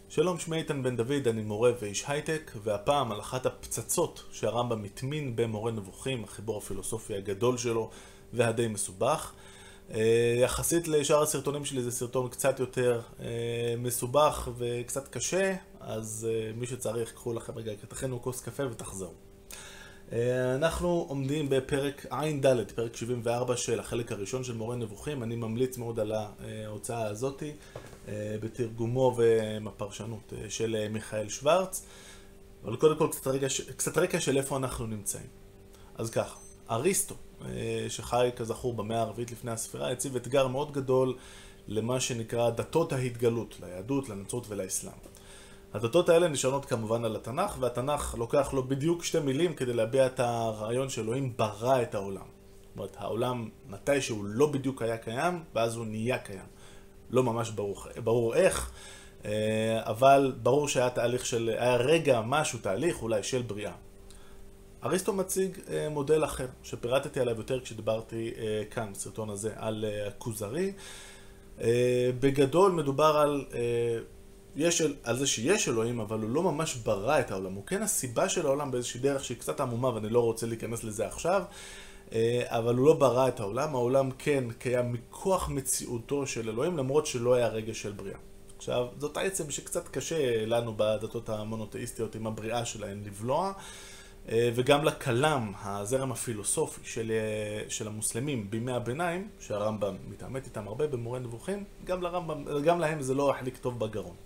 שלום, שמי איתן בן דוד, אני מורה ואיש הייטק, והפעם על אחת הפצצות שהרמב"ם הטמין במורה נבוכים, החיבור הפילוסופי הגדול שלו והדי מסובך. יחסית לשאר הסרטונים שלי זה סרטון קצת יותר מסובך וקצת קשה, אז מי שצריך, קחו לכם רגע, תכינו כוס קפה ותחזרו. אנחנו עומדים בפרק ע"ד, פרק 74 של החלק הראשון של מורה נבוכים. אני ממליץ מאוד על ההוצאה הזאתי, בתרגומו ובפרשנות של מיכאל שוורץ. אבל קודם כל קצת רקע של איפה אנחנו נמצאים. אז ככה, אריסטו, שחי כזכור במאה הערבית לפני הספירה, הציב אתגר מאוד גדול למה שנקרא דתות ההתגלות, ליהדות, לנצרות ולאסלאם. הדתות האלה נשענות כמובן על התנ"ך, והתנ"ך לוקח לו בדיוק שתי מילים כדי להביע את הרעיון שאלוהים ברא את העולם. זאת אומרת, העולם מתי שהוא לא בדיוק היה קיים, ואז הוא נהיה קיים. לא ממש ברור איך, אבל ברור שהיה תהליך היה רגע, משהו, תהליך אולי של בריאה. אריסטו מציג מודל אחר, שפירטתי עליו יותר כשדיברתי כאן בסרטון הזה על הכוזרי. בגדול מדובר על זה שיש אלוהים, אבל הוא לא ממש ברא את העולם. הוא כן הסיבה של העולם באיזושהי דרך שהיא קצת עמומה, ואני לא רוצה להיכנס לזה עכשיו, אבל הוא לא ברא את העולם. העולם כן קיים מכוח מציאותו של אלוהים, למרות שלא היה רגע של בריאה. עכשיו, זאת העצם שקצת קשה לנו בדתות המונותאיסטיות עם הבריאה שלהן לבלוע, וגם לכלם, הזרם הפילוסופי של המוסלמים בימי הביניים, שהרמב"ם מתעמת איתם הרבה במורה נבוכים, גם להם זה לא החליק טוב בגרון.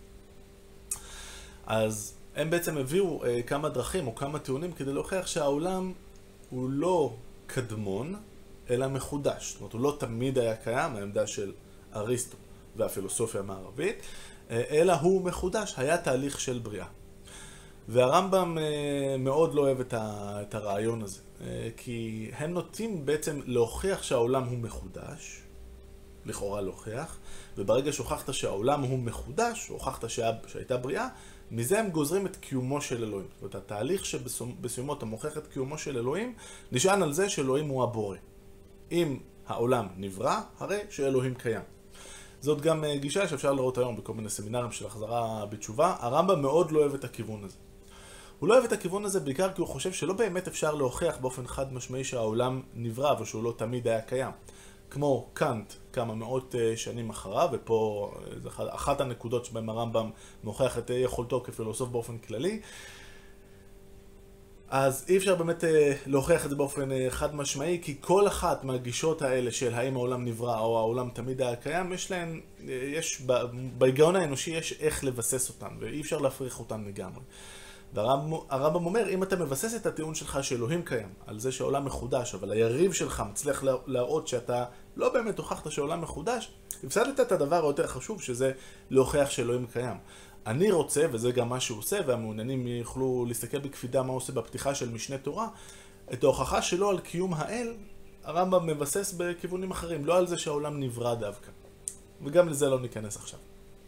אז הם בעצם הביאו כמה דרכים או כמה טיעונים כדי להוכיח שהעולם הוא לא קדמון, אלא מחודש. זאת אומרת, הוא לא תמיד היה קיים, העמדה של אריסטו והפילוסופיה המערבית, אלא הוא מחודש, היה תהליך של בריאה. והרמב"ם מאוד לא אוהב את הרעיון הזה, כי הם נוטים בעצם להוכיח שהעולם הוא מחודש, לכאורה להוכיח, וברגע שהוכחת שהעולם הוא מחודש, הוכחת שהייתה בריאה, מזה הם גוזרים את קיומו של אלוהים. זאת אומרת, התהליך שבסיומו אתה מוכיח את קיומו של אלוהים, נשען על זה שאלוהים הוא הבורא. אם העולם נברא, הרי שאלוהים קיים. זאת גם גישה שאפשר לראות היום בכל מיני סמינרים של החזרה בתשובה. הרמב"ם מאוד לא אוהב את הכיוון הזה. הוא לא אוהב את הכיוון הזה בעיקר כי הוא חושב שלא באמת אפשר להוכיח באופן חד משמעי שהעולם נברא ושהוא לא תמיד היה קיים. כמו קאנט כמה מאות שנים אחריו, ופה זה אחת הנקודות שבהם הרמב"ם מוכיח את יכולתו כפילוסוף באופן כללי. אז אי אפשר באמת להוכיח את זה באופן חד משמעי, כי כל אחת מהגישות האלה של האם העולם נברא או העולם תמיד היה קיים, בהיגיון האנושי יש איך לבסס אותן, ואי אפשר להפריך אותן לגמרי. והרמב"ם אומר, אם אתה מבסס את הטיעון שלך שאלוהים קיים, על זה שהעולם מחודש, אבל היריב שלך מצליח להראות שאתה לא באמת הוכחת שהעולם מחודש, הפסדת את הדבר היותר חשוב, שזה להוכיח שאלוהים קיים. אני רוצה, וזה גם מה שהוא עושה, והמעוניינים יוכלו להסתכל בקפידה מה הוא עושה בפתיחה של משנה תורה, את ההוכחה שלו על קיום האל, הרמב"ם מבסס בכיוונים אחרים, לא על זה שהעולם נברא דווקא. וגם לזה לא ניכנס עכשיו.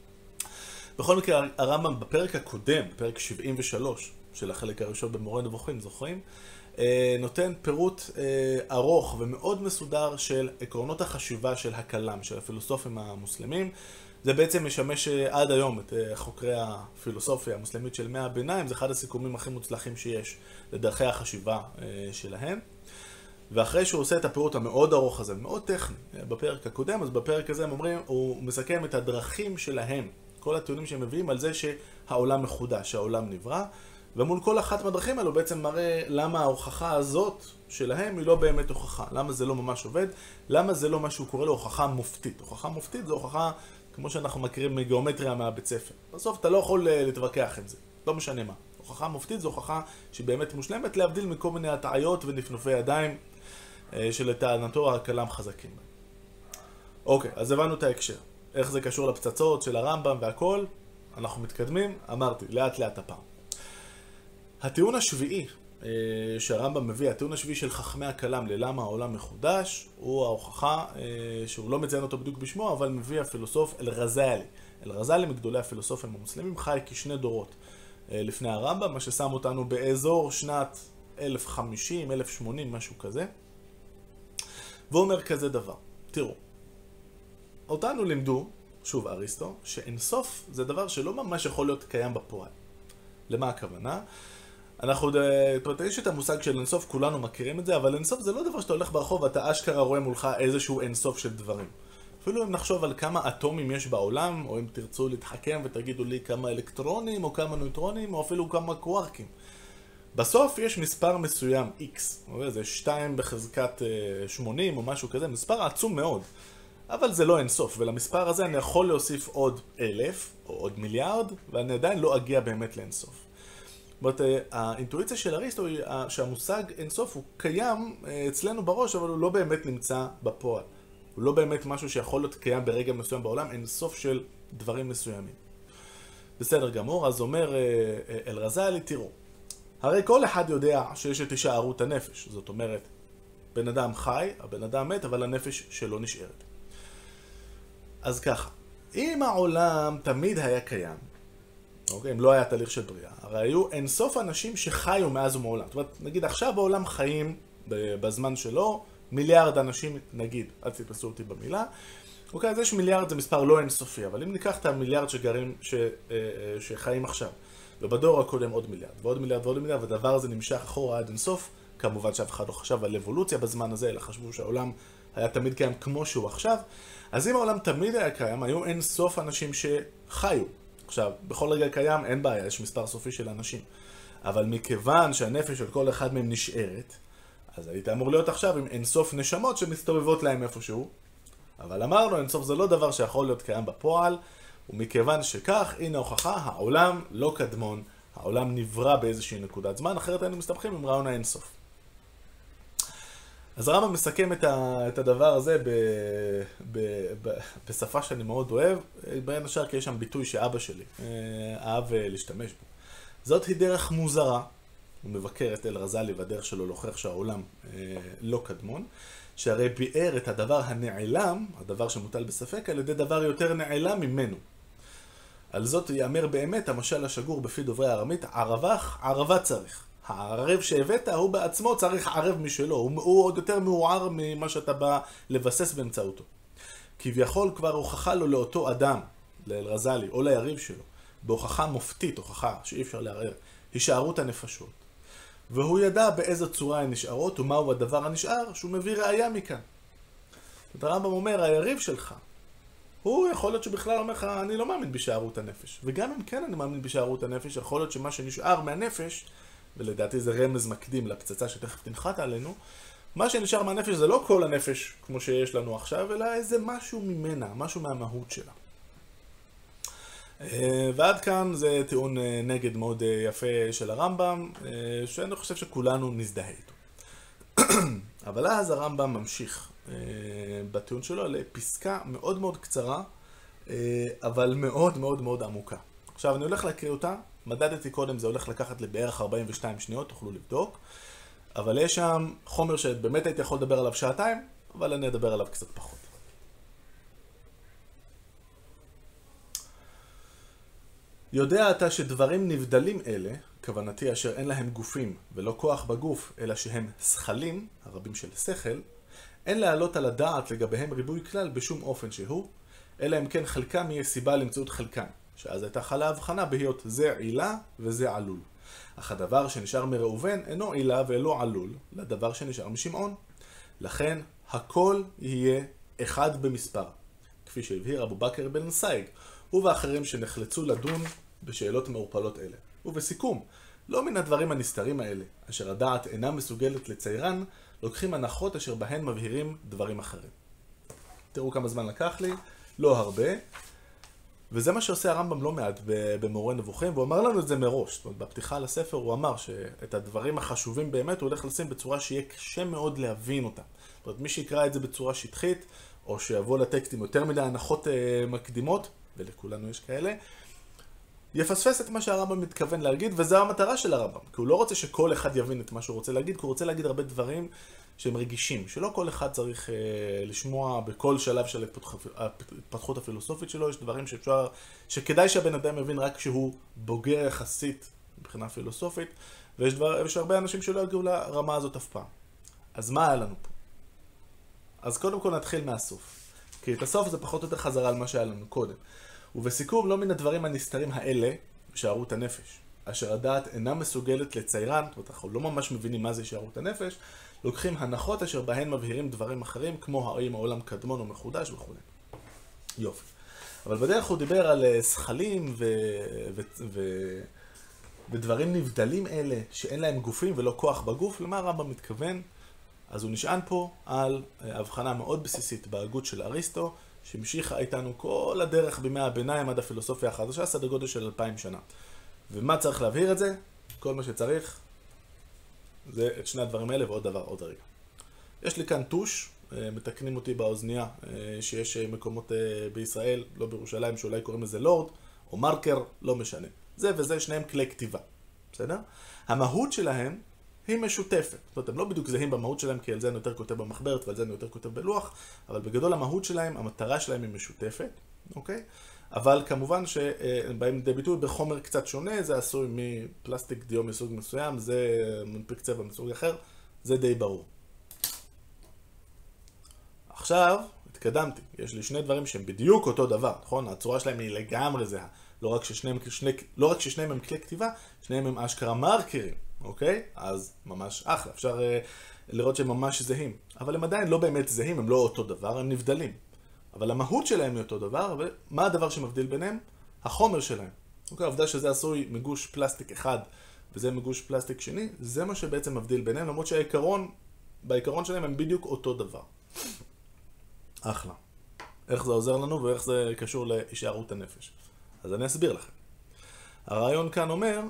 בכל מקרה, הרמב"ם בפרק הקודם, פרק 73 של החלק הראשון במורה נבוכים, זוכרים? נותן פירוט ארוך ומאוד מסודר של עקרונות החשיבה של הכלם, של הפילוסופים המוסלמים. זה בעצם משמש עד היום את חוקרי הפילוסופיה המוסלמית של ימי הביניים, זה אחד הסיכומים הכי מוצלחים שיש לדרכי החשיבה שלהם. ואחרי שהוא עושה את הפירוט המאוד ארוך הזה, מאוד טכני, בפרק הקודם, אז בפרק הזה הם אומרים, הוא מסכם את הדרכים שלהם, כל הטיעונים שהם מביאים על זה שהעולם מחודש, שהעולם נברא, ומול כל אחת מהדרכים האלו בעצם מראה למה ההוכחה הזאת שלהם היא לא באמת הוכחה, למה זה לא ממש עובד, למה זה לא מה שהוא קורא לו הוכחה מופתית. הוכחה מופתית זו הוכחה כמו שאנחנו מכירים מגיאומטריה מהבית ספר. בסוף אתה לא יכול להתווכח עם זה, לא משנה מה. הוכחה מופתית זו הוכחה שהיא באמת מושלמת, להבדיל מכל מיני הטעיות ונפנופי ידיים שלטענתו הכלם חזקים. אוקיי, אז הבנו את ההקשר. איך זה קשור לפצצות של הרמב"ם והכל, אנחנו מתקדמים, אמרתי, לאט לאט הפעם. הטיעון השביעי שהרמב"ם מביא, הטיעון השביעי של חכמי הכלם ללמה העולם מחודש, הוא ההוכחה שהוא לא מציין אותו בדיוק בשמו, אבל מביא הפילוסוף אל-רזאלי. אל-רזאלי מגדולי הפילוסופים המוסלמים חי כשני דורות לפני הרמב"ם, מה ששם אותנו באזור שנת 1050, 1080, משהו כזה. והוא אומר כזה דבר, תראו, אותנו לימדו שוב אריסטו, שאינסוף זה דבר שלא ממש יכול להיות קיים בפועל. למה הכוונה? יש את המושג של אינסוף, כולנו מכירים את זה, אבל אינסוף זה לא דבר שאתה הולך ברחוב ואתה אשכרה רואה מולך איזשהו אינסוף של דברים. אפילו אם נחשוב על כמה אטומים יש בעולם, או אם תרצו להתחכם ותגידו לי כמה אלקטרונים, או כמה נויטרונים, או אפילו כמה קווארקים. בסוף יש מספר מסוים, X, זה 2 בחזקת 80 או משהו כזה, מספר עצום מאוד. אבל זה לא אינסוף, ולמספר הזה אני יכול להוסיף עוד 1000 או עוד מיליארד, ואני עדיין לא אגיע באמת לאינסוף. זאת אומרת, האינטואיציה של אריסטו היא שהמושג אינסוף הוא קיים אצלנו בראש, אבל הוא לא באמת נמצא בפועל. הוא לא באמת משהו שיכול להיות קיים ברגע מסוים בעולם, אינסוף של דברים מסוימים. בסדר גמור, אז אומר אל-רזאלי, תראו, הרי כל אחד יודע שיש את הישארות הנפש. זאת אומרת, בן אדם חי, הבן אדם מת, אבל הנפש שלו נשארת. אז ככה, אם העולם תמיד היה קיים, אוקיי, אם לא היה תהליך של בריאה, הרי היו אינסוף אנשים שחיו מאז ומעולם. זאת אומרת, נגיד עכשיו בעולם חיים בזמן שלו, מיליארד אנשים, נגיד, אל תתפסו אותי במילה, אוקיי, אז יש מיליארד, זה מספר לא אינסופי, אבל אם ניקח את המיליארד שחיים עכשיו, ובדור הקודם עוד מיליארד, ועוד מיליארד ועוד מיליארד, והדבר הזה נמשך אחורה עד אינסוף, כמובן שאף אחד לא חשב על אבולוציה בזמן הזה, אלא חשבו שהעולם היה תמיד קיים כמו שהוא עכשיו, אז אם העולם תמיד היה קיים, היו אינסוף אנשים שחיו. עכשיו, בכל רגע קיים אין בעיה, יש מספר סופי של אנשים. אבל מכיוון שהנפש של כל אחד מהם נשארת, אז היית אמור להיות עכשיו עם אינסוף נשמות שמסתובבות להם איפשהו. אבל אמרנו, אינסוף זה לא דבר שיכול להיות קיים בפועל, ומכיוון שכך, הנה הוכחה, העולם לא קדמון, העולם נברא באיזושהי נקודת זמן, אחרת היינו מסתבכים עם רעיון האינסוף. אז הרמב"ם מסכם את הדבר הזה בשפה שאני מאוד אוהב, בין השאר כי יש שם ביטוי שאבא שלי אהב להשתמש בו. זאת היא דרך מוזרה, הוא מבקר את אל-רזאלי והדרך שלו להוכיח שהעולם לא קדמון, שהרי ביאר את הדבר הנעלם, הדבר שמוטל בספק, על ידי דבר יותר נעלם ממנו. על זאת יאמר באמת המשל השגור בפי דוברי הארמית, ערבך ערבה צריך. הערב שהבאת הוא בעצמו צריך ערב משלו, הוא עוד יותר מעוער ממה שאתה בא לבסס באמצעותו. כביכול כבר הוכחה לו לאותו אדם, לאל-רזאלי או ליריב שלו, בהוכחה מופתית, הוכחה שאי אפשר לערער, הישארות הנפשות. והוא ידע באיזו צורה הן נשארות ומהו הדבר הנשאר שהוא מביא ראיה מכאן. הרמב"ם אומר, היריב שלך, הוא יכול להיות שבכלל אומר לך, אני לא מאמין בשארות הנפש. וגם אם כן אני מאמין בשארות הנפש, יכול להיות שמה שנשאר מהנפש, ולדעתי זה רמז מקדים לפצצה שתכף תנחת עלינו, מה שנשאר מהנפש זה לא כל הנפש כמו שיש לנו עכשיו, אלא איזה משהו ממנה, משהו מהמהות שלה. ועד כאן זה טיעון נגד מאוד יפה של הרמב"ם, שאני חושב שכולנו נזדהה איתו. אבל אז הרמב"ם ממשיך בטיעון שלו לפסקה מאוד מאוד קצרה, אבל מאוד מאוד מאוד עמוקה. עכשיו אני הולך להקריא אותה, מדדתי קודם, זה הולך לקחת לבערך 42 שניות, תוכלו לבדוק, אבל יש שם חומר שבאמת הייתי יכול לדבר עליו שעתיים, אבל אני אדבר עליו קצת פחות. יודע אתה שדברים נבדלים אלה, כוונתי אשר אין להם גופים ולא כוח בגוף, אלא שהם שכלים, הרבים של שכל, אין להעלות על הדעת לגביהם ריבוי כלל בשום אופן שהוא, אלא אם כן חלקם יהיה סיבה למציאות חלקם, שאז הייתה חלה הבחנה בהיות זה עילה וזה עלול. אך הדבר שנשאר מראובן אינו עילה ולא עלול לדבר שנשאר משמעון. לכן הכל יהיה אחד במספר, כפי שהבהיר אבו בכר בן סייג, ובאחרים שנחלצו לדון בשאלות מעורפלות אלה. ובסיכום, לא מן הדברים הנסתרים האלה, אשר הדעת אינה מסוגלת לציירן, לוקחים הנחות אשר בהן מבהירים דברים אחרים. תראו כמה זמן לקח לי, לא הרבה, וזה מה שעושה הרמב"ם לא מעט במורה נבוכים, והוא אמר לנו את זה מראש. זאת אומרת, בפתיחה לספר הוא אמר שאת הדברים החשובים באמת הוא הולך לשים בצורה שיהיה קשה מאוד להבין אותם. זאת אומרת, מי שיקרא את זה בצורה שטחית, או שיבוא לטקסטים יותר מדי הנחות מקדימות, ולכולנו יש כאלה, יפספס את מה שהרמב"ם מתכוון להגיד, וזו המטרה של הרמב"ם. כי הוא לא רוצה שכל אחד יבין את מה שהוא רוצה להגיד, כי הוא רוצה להגיד הרבה דברים שהם רגישים, שלא כל אחד צריך לשמוע בכל שלב של ההתפתחות הפילוסופית שלו. יש דברים שכדאי שהבן אדם יבין רק כשהוא בוגר יחסית מבחינה פילוסופית, ויש הרבה אנשים שלא יגיעו לרמה הזאת אף פעם. אז מה היה לנו פה? אז קודם כל נתחיל מהסוף. כי את הסוף זה פחות או יותר חזרה על מה שהיה לנו קודם. ובסיכום, לא מן הדברים הנסתרים האלה, שערות הנפש, אשר הדעת אינה מסוגלת לציירן, זאת אומרת, אנחנו לא ממש מבינים מה זה שערות הנפש, לוקחים הנחות אשר בהן מבהירים דברים אחרים, כמו האם העולם קדמון או מחודש וכו'. יופי. אבל בדרך הוא דיבר על שכלים ודברים נבדלים אלה, שאין להם גופים ולא כוח בגוף. למה הרמב"ם מתכוון? אז הוא נשען פה על הבחנה מאוד בסיסית בהגות של אריסטו, שהמשיכה איתנו כל הדרך בימי הביניים עד הפילוסופיה החדשה, סדר גודל של 2000 שנה. ומה צריך להבהיר את זה? כל מה שצריך זה את שני הדברים האלה ועוד דבר, עוד רגע. יש לי כאן טוש, מתקנים אותי באוזנייה, שיש מקומות בישראל, לא בירושלים, שאולי קוראים לזה לורד, או מרקר, לא משנה. זה וזה שניהם כלי כתיבה, בסדר? המהות שלהם היא משותפת. זאת אומרת, הם לא בדיוק זהים במהות שלהם, כי על זה אני יותר כותב במחברת ועל זה אני יותר כותב בלוח, אבל בגדול המהות שלהם, המטרה שלהם היא משותפת, אוקיי? אבל כמובן שבאים לידי ביטוי בחומר קצת שונה, זה עשוי מפלסטיק דיו מסוג מסוים, זה מנפיק צבע מסוג אחר, זה די ברור. עכשיו, התקדמתי. יש לי שני דברים שהם בדיוק אותו דבר, נכון? הצורה שלהם היא לגמרי זהה. לא רק ששניהם הם כלי כתיבה, שניהם הם אשכרה מרקרים, אוקיי? אז ממש אחלה, אפשר לראות שהם ממש זהים. אבל הם עדיין לא באמת זהים, הם לא אותו דבר, הם נבדלים. אבל המהות שלהם היא אותו דבר, ומה הדבר שמבדיל ביניהם? החומר שלהם. אוקיי, העובדה שזה עשוי מגוש פלסטיק אחד, וזה מגוש פלסטיק שני, זה מה שבעצם מבדיל ביניהם, למרות בעיקרון שלהם הם בדיוק אותו דבר. אחלה. איך זה עוזר לנו ואיך זה קשור להישארות הנפש. אז אני אסביר לכם. הרעיון כאן אומר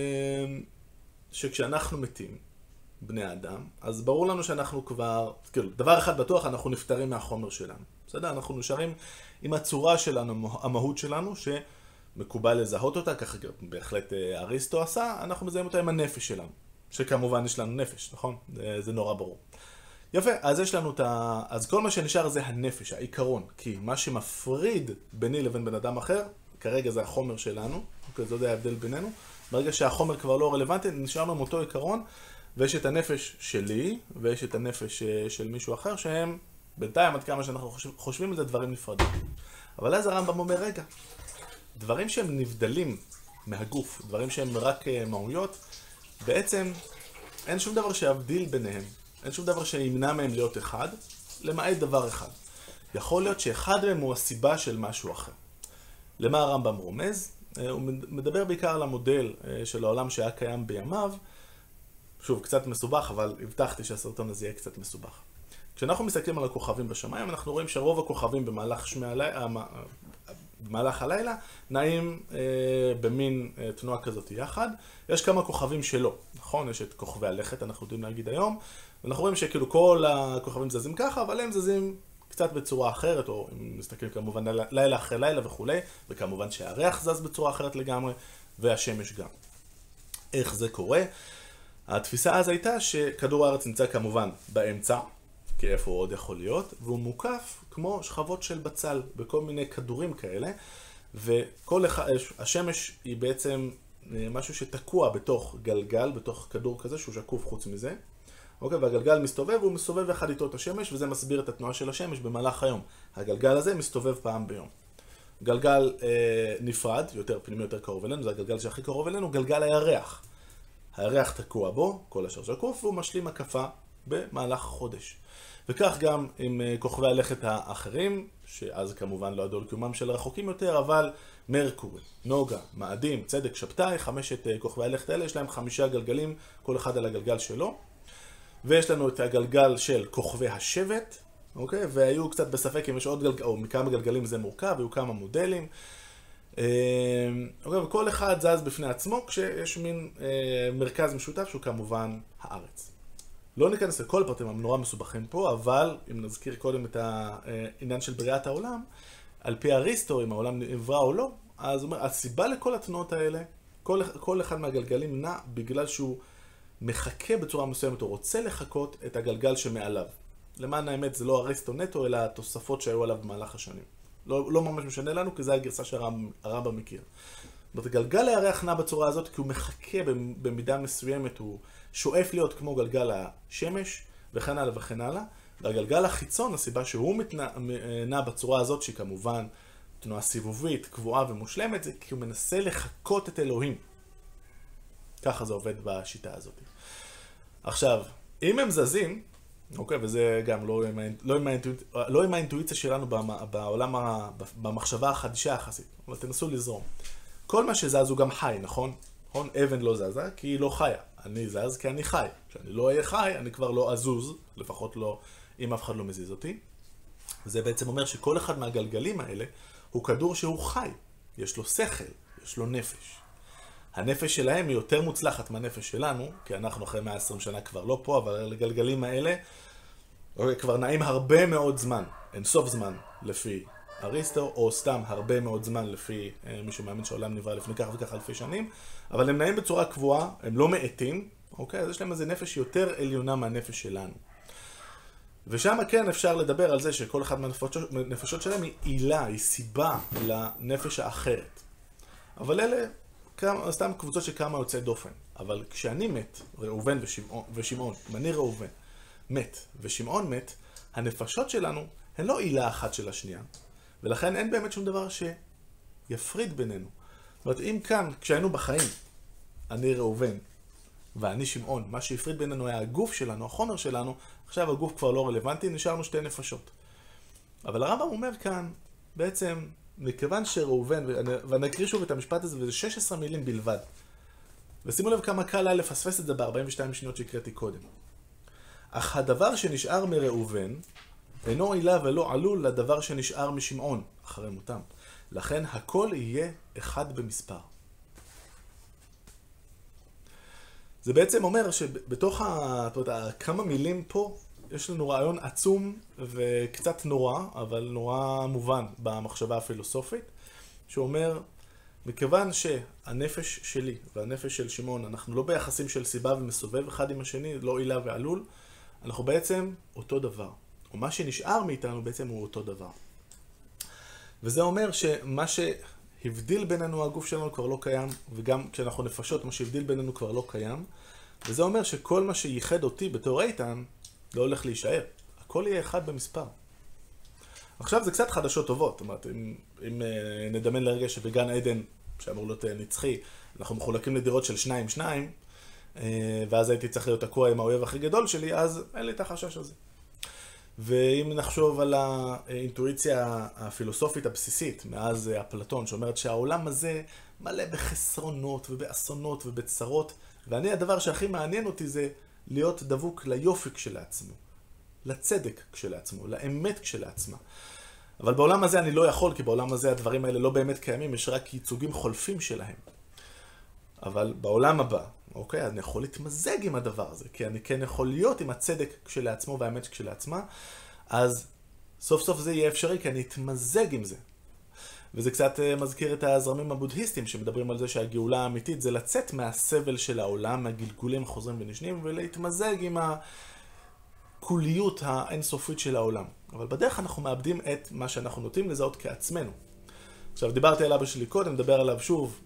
שכשאנחנו מתים, בני האדם, אז ברור לנו שאנחנו כבר, כאילו, דבר אחד בטוח, אנחנו נפטרים מהחומר שלנו. בסדר? אנחנו נשארים עם הצורה שלנו, המהות שלנו, שמקובל לזהות אותה, ככה בהחלט אריסטו עשה, אנחנו מזהים אותה עם הנפש שלנו. שכמובן יש לנו נפש, נכון? זה נורא ברור. יפה, אז יש לנו אז כל מה שנשאר זה הנפש, העיקרון. כי מה שמפריד ביני לבין בן אדם אחר, כרגע זה החומר שלנו, זה ההבדל בינינו. ברגע שהחומר כבר לא רלוונטי, נשארנו עם אותו עיקרון, ויש את הנפש שלי, ויש את הנפש של מישהו אחר, שהם בינתיים עד כמה שאנחנו חושבים על זה דברים נפרדים. אבל אז הרמב"ם אומר, רגע, דברים שהם נבדלים מהגוף, דברים שהם רק מהויות, בעצם אין שום דבר שיבדיל ביניהם. אין שום דבר שימנע מהם להיות אחד, למעט דבר אחד. יכול להיות שאחד מהם הוא הסיבה של משהו אחר. למה הרמב"ם רומז? הוא מדבר בעיקר על המודל של העולם שהיה קיים בימיו. שוב, קצת מסובך, אבל הבטחתי שהסרטון הזה יהיה קצת מסובך. כשאנחנו מסתכלים על הכוכבים בשמיים, אנחנו רואים שרוב הכוכבים במהלך הלילה נעים במין תנועה כזאת יחד. יש כמה כוכבים שלא, נכון? יש את כוכבי הלכת, אנחנו יודעים להגיד היום, ואנחנו רואים שכאילו כל הכוכבים זזים ככה, אבל הם זזים קצת בצורה אחרת, או אם מסתכלים כמובן לילה אחרי לילה וכו', וכמובן שהריח זז בצורה אחרת לגמרי, והשמש גם. איך זה קורה? התפיסה אז הייתה שכדור הארץ נמצא כמובן באמצע, כי איפה הוא עוד יכול להיות, והוא מוקף כמו שכבות של בצל, בכל מיני כדורים כאלה, השמש היא בעצם משהו שתקוע בתוך גלגל, בתוך כדור כזה שהוא שקוף חוץ מזה. אוקיי, והגלגל מסתובב, והוא מסתובב אחד איתו את השמש, וזה מסביר את התנועה של השמש במהלך היום. הגלגל הזה מסתובב פעם ביום. גלגל נפרד, יותר פנימי, יותר קרוב אלינו, זה הגלגל שהכי קרוב אלינו, גלגל הירח. הירח תקוע בו, כל השאר שקוף, והוא משלים הקפה במהלך חודש. וכך גם עם כוכבי הלכת האחרים, שאז כמובן לא ידעו לקיומם של רחוקים יותר, אבל מרקורי, נוגה, מאדים, צדק, שבתאי, 5 כוכבי הלכת האלה, יש להם 5 גלגלים, כל אחד על הגלגל שלו. ויש לנו את הגלגל של כוכבי השבט, אוקיי? והיו קצת בספק אם יש עוד גלגל, או מכמה גלגלים זה מורכב, היו כמה מודלים. אוקיי, וכל אחד זז בפני עצמו, כשיש מין מרכז משותף שהוא כמובן הארץ. לא ניכנס לכל הפרטים, הם נורא מסובכים פה, אבל אם נזכיר קודם את העניין של בריאת העולם, על פי אריסטו, אם העולם נברא או לא, אז הוא אומר, הסיבה לכל התנועות האלה, כל אחד מהגלגלים נע בגלל שהוא מחכה בצורה מסוימת, הוא רוצה לחכות את הגלגל שמעליו. למען האמת זה לא אריסטו נטו, אלא התוספות שהיו עליו במהלך השנים. לא ממש משנה לנו, כי זו הגרסה שהרמב"ם מכיר. זאת אומרת, גלגל הירח נע בצורה הזאת, כי הוא מחכה במידה מסוימת, הוא שואף להיות כמו גלגל השמש, וכן הלאה וכן הלאה, והגלגל החיצון, הסיבה שהוא נע בצורה הזאת, שהיא כמובן תנועה סיבובית, קבועה ומושלמת, זה כי הוא מנסה לחקות את אלוהים. ככה זה עובד בשיטה הזאת. עכשיו, אם הם זזים, אוקיי, וזה גם לא עם האינטואיציה שלנו בעולם, במחשבה החדישה יחסית, אבל תנסו לזרום. כל מה שזז הוא גם חי, נכון? אבן לא זזה כי היא לא חיה. אני זז כי אני חי. כשאני לא אהיה חי, אני כבר לא אזוז, לפחות לא, אם אף אחד לא מזיז אותי. וזה בעצם אומר שכל אחד מהגלגלים האלה הוא כדור שהוא חי. יש לו שכל, יש לו נפש. הנפש שלהם היא יותר מוצלחת מהנפש שלנו, כי אנחנו אחרי 120 שנה כבר לא פה, אבל הגלגלים האלה כבר נעים הרבה מאוד זמן, אין סוף זמן לפי אריסטו, או סתם הרבה מאוד זמן לפי מישהו מאמין שהעולם נברא לפני כך וכך אלפי שנים, אבל הם נעים בצורה קבועה, הם לא מאטים, אוקיי? אז יש להם איזה נפש יותר עליונה מהנפש שלנו. ושם כן אפשר לדבר על זה שכל אחד מהנפשות שלהם היא עילה, היא סיבה לנפש האחרת. אבל אלה סתם קבוצות שכמה יוצא דופן. אבל כשאני מת, ראובן ושמעון, אם אני ראובן מת ושמעון מת, הנפשות שלנו הן לא עילה אחת של השנייה. ולכן אין באמת שום דבר שיפריד בינינו. זאת אומרת, אם כאן, כשהיינו בחיים, אני ראובן ואני שמעון, מה שהפריד בינינו היה הגוף שלנו, החומר שלנו, עכשיו הגוף כבר לא רלוונטי, נשארנו שתי נפשות. אבל הרמב"ם אומר כאן, בעצם, מכיוון שראובן, ואני אקריא שוב את המשפט הזה, וזה 16 מילים בלבד. ושימו לב כמה קל היה לפספס את זה ב-42 שניות שהקראתי קודם. אך הדבר שנשאר מראובן, אינו עילה ולא עלול לדבר שנשאר משמעון, אחרי מותם. לכן הכל יהיה אחד במספר. זה בעצם אומר שבתוך כמה מילים פה, יש לנו רעיון עצום וקצת נורא, אבל נורא מובן במחשבה הפילוסופית, שאומר, מכיוון שהנפש שלי והנפש של שמעון, אנחנו לא ביחסים של סיבה ומסובב אחד עם השני, לא עילה ועלול, אנחנו בעצם אותו דבר. ומה שנשאר מאיתנו בעצם הוא אותו דבר. וזה אומר שמה שהבדיל בינינו, הגוף שלנו כבר לא קיים, וגם כשאנחנו נפשות, מה שהבדיל בינינו כבר לא קיים, וזה אומר שכל מה שייחד אותי בתור איתן, לא הולך להישאר. הכל יהיה אחד במספר. עכשיו זה קצת חדשות טובות. זאת אומרת, אם נדמיין לרגע שבגן עדן, שאמור להיות נצחי, אנחנו מחולקים לדירות של 2-2, ואז הייתי צריך להיות תקוע עם האויב הכי גדול שלי, אז אין לי את החשש הזה. ואם נחשוב על האינטואיציה הפילוסופית הבסיסית, מאז אפלטון, שאומרת שהעולם הזה מלא בחסרונות ובאסונות ובצרות, ואני הדבר שהכי מעניין אותי זה להיות דבוק ליופי כשלעצמו, לצדק כשלעצמו, לאמת כשלעצמה. אבל בעולם הזה אני לא יכול, כי בעולם הזה הדברים האלה לא באמת קיימים, יש רק ייצוגים חולפים שלהם. אבל בעולם הבא, אוקיי, אני יכול להתמזג עם הדבר הזה, כי אני כן יכול להיות עם הצדק כשלעצמו והאמת כשלעצמה, אז סוף סוף זה יהיה אפשרי, כי אני אתמזג עם זה. וזה קצת מזכיר את הזרמים הבודהיסטיים, שמדברים על זה שהגאולה האמיתית זה לצאת מהסבל של העולם, מהגלגולים החוזרים ונשנים, ולהתמזג עם הקוליות האינסופית של העולם. אבל בדרך אנחנו מאבדים את מה שאנחנו נוטים לזהות כעצמנו. עכשיו, דיברתי על אבא שלי קודם, מדבר עליו שוב.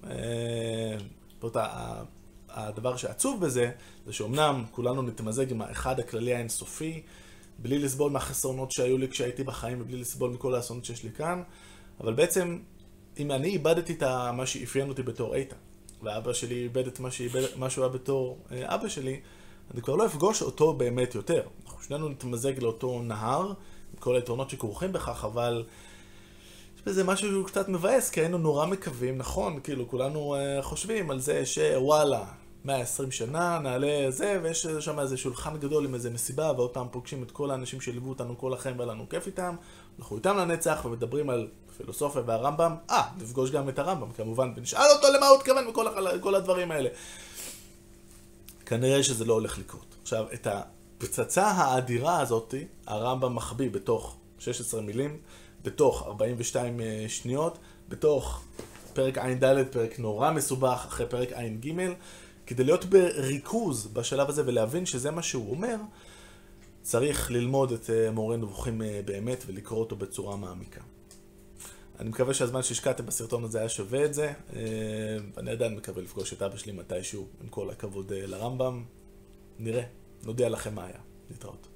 הדבר שעצוב בזה, זה שאומנם כולנו נתמזג עם האחד הכללי האינסופי, בלי לסבול מהחסרונות שהיו לי כשהייתי בחיים, ובלי לסבול מכל האסונות שיש לי כאן, אבל בעצם, אם אני איבדתי את מה שאפיין אותי בתור איתן, ואבא שלי איבד את מה שהוא היה בתור אבא שלי, אני כבר לא אפגוש אותו באמת יותר. אנחנו שנינו נתמזג לאותו נהר, עם כל היתרונות שכרוכים בכך, אבל יש בזה משהו שהוא קצת מבאס, כי היינו נורא מקווים, נכון, כאילו כולנו חושבים על זה שוואלה, 120 שנה, נעלה זה, ויש שם איזה שולחן גדול עם איזה מסיבה, ועוד פעם פוגשים את כל האנשים שליוו אותנו כל החיים והיה לנו כיף איתם, אנחנו איתם לנצח ומדברים על פילוסופיה והרמב"ם, נפגוש גם את הרמב"ם כמובן, ונשאל אותו למה הוא התכוון וכל הדברים האלה. כנראה שזה לא הולך לקרות. עכשיו, את הפצצה האדירה הזאת, הרמב"ם מחביא בתוך 16 מילים, בתוך 42 שניות, בתוך פרק ע"ד, פרק נורא מסובך, אחרי פרק ע"ג, כדי להיות בריכוז בשלב הזה ולהבין שזה מה שהוא אומר, צריך ללמוד את מורה נבוכים באמת ולקרוא אותו בצורה מעמיקה. אני מקווה שהזמן שהשקעתם בסרטון הזה היה שווה את זה, ואני עדיין מקווה לפגוש את אבא שלי מתישהו, עם כל הכבוד לרמב"ם. נראה, נודיע לכם מה היה. נתראות.